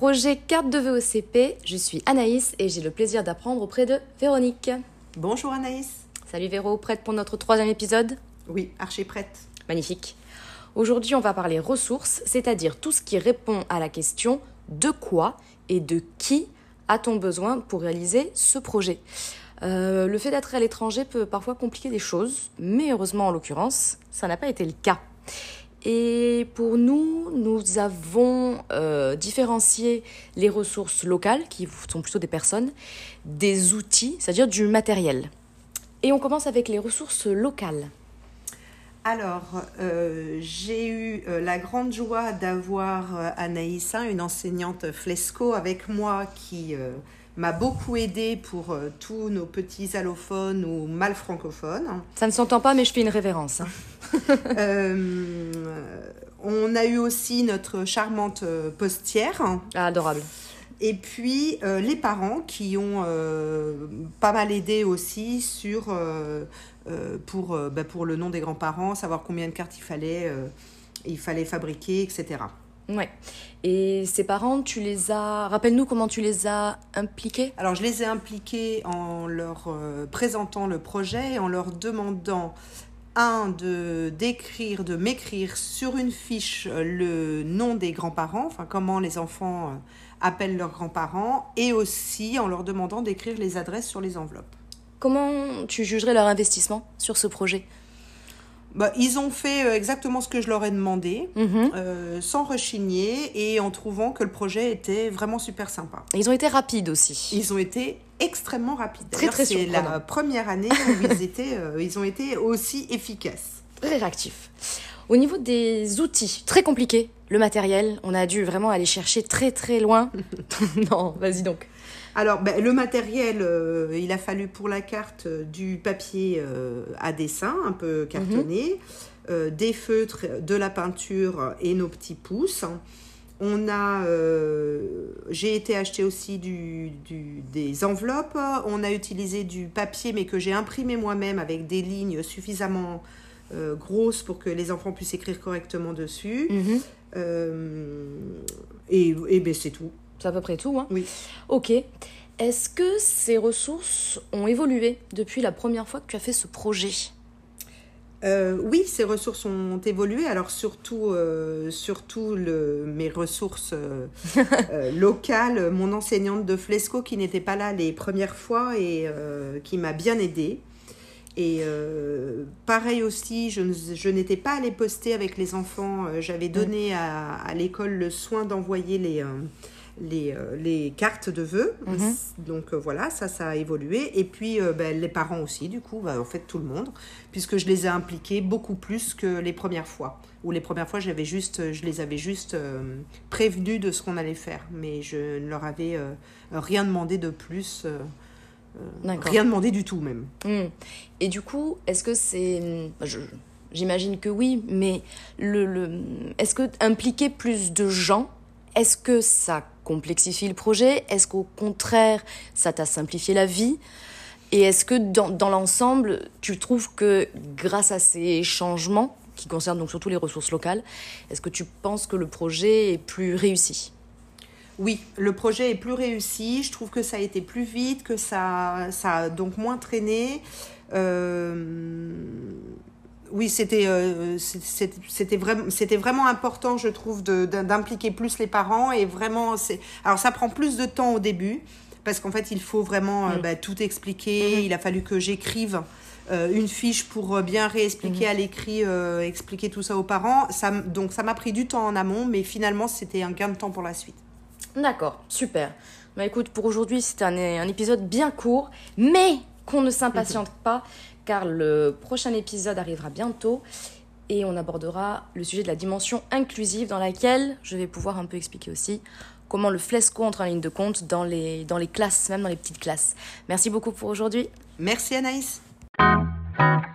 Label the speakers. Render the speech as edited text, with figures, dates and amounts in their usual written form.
Speaker 1: projet carte de vœux au CP. Je suis Anaïs et j'ai le plaisir d'apprendre auprès de Véronique.
Speaker 2: Bonjour Anaïs.
Speaker 1: Salut Véro, prête pour notre 3e épisode?
Speaker 2: Oui, archi prête.
Speaker 1: Magnifique. Aujourd'hui, on va parler ressources, c'est-à-dire tout ce qui répond à la question de quoi et de qui a-t-on besoin pour réaliser ce projet. Le fait d'être à l'étranger peut parfois compliquer des choses, mais heureusement en l'occurrence, ça n'a pas été le cas. Et pour nous, nous avons différencié les ressources locales, qui sont plutôt des personnes, des outils, c'est-à-dire du matériel. Et on commence avec les ressources locales.
Speaker 2: Alors, j'ai eu la grande joie d'avoir Anaïs, une enseignante Flesco avec moi qui m'a beaucoup aidée pour tous nos petits allophones ou mal francophones.
Speaker 1: Ça ne s'entend pas, mais je fais une révérence.
Speaker 2: On a eu aussi notre charmante postière.
Speaker 1: Ah, adorable.
Speaker 2: Et puis les parents qui ont pas mal aidé aussi sur, pour le nom des grands-parents, savoir combien de cartes il fallait fabriquer, etc.
Speaker 1: Ouais. Et ces parents, rappelle-nous comment tu les as impliqués?
Speaker 2: Alors, je les ai impliqués en leur présentant le projet et en leur demandant, de m'écrire sur une fiche le nom des grands-parents, enfin comment les enfants appellent leurs grands-parents, et aussi en leur demandant d'écrire les adresses sur les enveloppes.
Speaker 1: Comment tu jugerais leur investissement sur ce projet?
Speaker 2: Ils ont fait exactement ce que je leur ai demandé, sans rechigner et en trouvant que le projet était vraiment super sympa.
Speaker 1: Ils ont été rapides aussi.
Speaker 2: Ils ont été extrêmement rapides.
Speaker 1: Très, très
Speaker 2: c'est
Speaker 1: surprenant.
Speaker 2: la première année où ils ont été aussi efficaces.
Speaker 1: Très réactifs. Au niveau des outils, très compliqués, le matériel, on a dû vraiment aller chercher très très loin. Non, vas-y donc.
Speaker 2: Alors, le matériel, il a fallu pour la carte du papier à dessin, un peu cartonné, des feutres, de la peinture et nos petits pouces. J'ai été acheter aussi des enveloppes. On a utilisé du papier, mais que j'ai imprimé moi-même avec des lignes suffisamment grosses pour que les enfants puissent écrire correctement dessus. C'est tout.
Speaker 1: C'est à peu près tout, hein?
Speaker 2: Oui.
Speaker 1: Ok. Est-ce que ces ressources ont évolué depuis la première fois que tu as fait ce projet?
Speaker 2: Oui, ces ressources ont évolué. Alors surtout mes ressources locales, mon enseignante de Flesco qui n'était pas là les premières fois et qui m'a bien aidée. Et pareil aussi, je n'étais pas allée poster avec les enfants. J'avais donné à l'école le soin d'envoyer les cartes de vœux. Donc voilà, ça a évolué. Et puis les parents aussi, du coup, en fait tout le monde, puisque je les ai impliqués beaucoup plus que les premières fois. Où les premières fois, je les avais juste prévenus de ce qu'on allait faire. Mais je ne leur avais rien demandé de plus. Rien demandé du tout même.
Speaker 1: Et du coup, est-ce que c'est... J'imagine que oui, mais est-ce que impliquer plus de gens, est-ce que ça complexifie le projet? Est-ce qu'au contraire, ça t'a simplifié la vie? Et est-ce que dans l'ensemble, tu trouves que grâce à ces changements, qui concernent donc surtout les ressources locales, est-ce que tu penses que le projet est plus réussi?
Speaker 2: Oui, le projet est plus réussi. Je trouve que ça a été plus vite, que ça a donc moins traîné. Oui, c'était vraiment important, je trouve, d'impliquer plus les parents. Et vraiment, alors ça prend plus de temps au début, parce qu'en fait, il faut vraiment tout expliquer. Il a fallu que j'écrive une fiche pour bien réexpliquer à l'écrit, expliquer tout ça aux parents. Donc ça m'a pris du temps en amont, mais finalement, c'était un gain de temps pour la suite.
Speaker 1: D'accord, super. Écoute, pour aujourd'hui, c'était un épisode bien court, mais qu'on ne s'impatiente pas, car le prochain épisode arrivera bientôt et on abordera le sujet de la dimension inclusive dans laquelle je vais pouvoir un peu expliquer aussi comment le Flesco entre en ligne de compte dans les classes, même dans les petites classes. Merci beaucoup pour aujourd'hui.
Speaker 2: Merci Anaïs.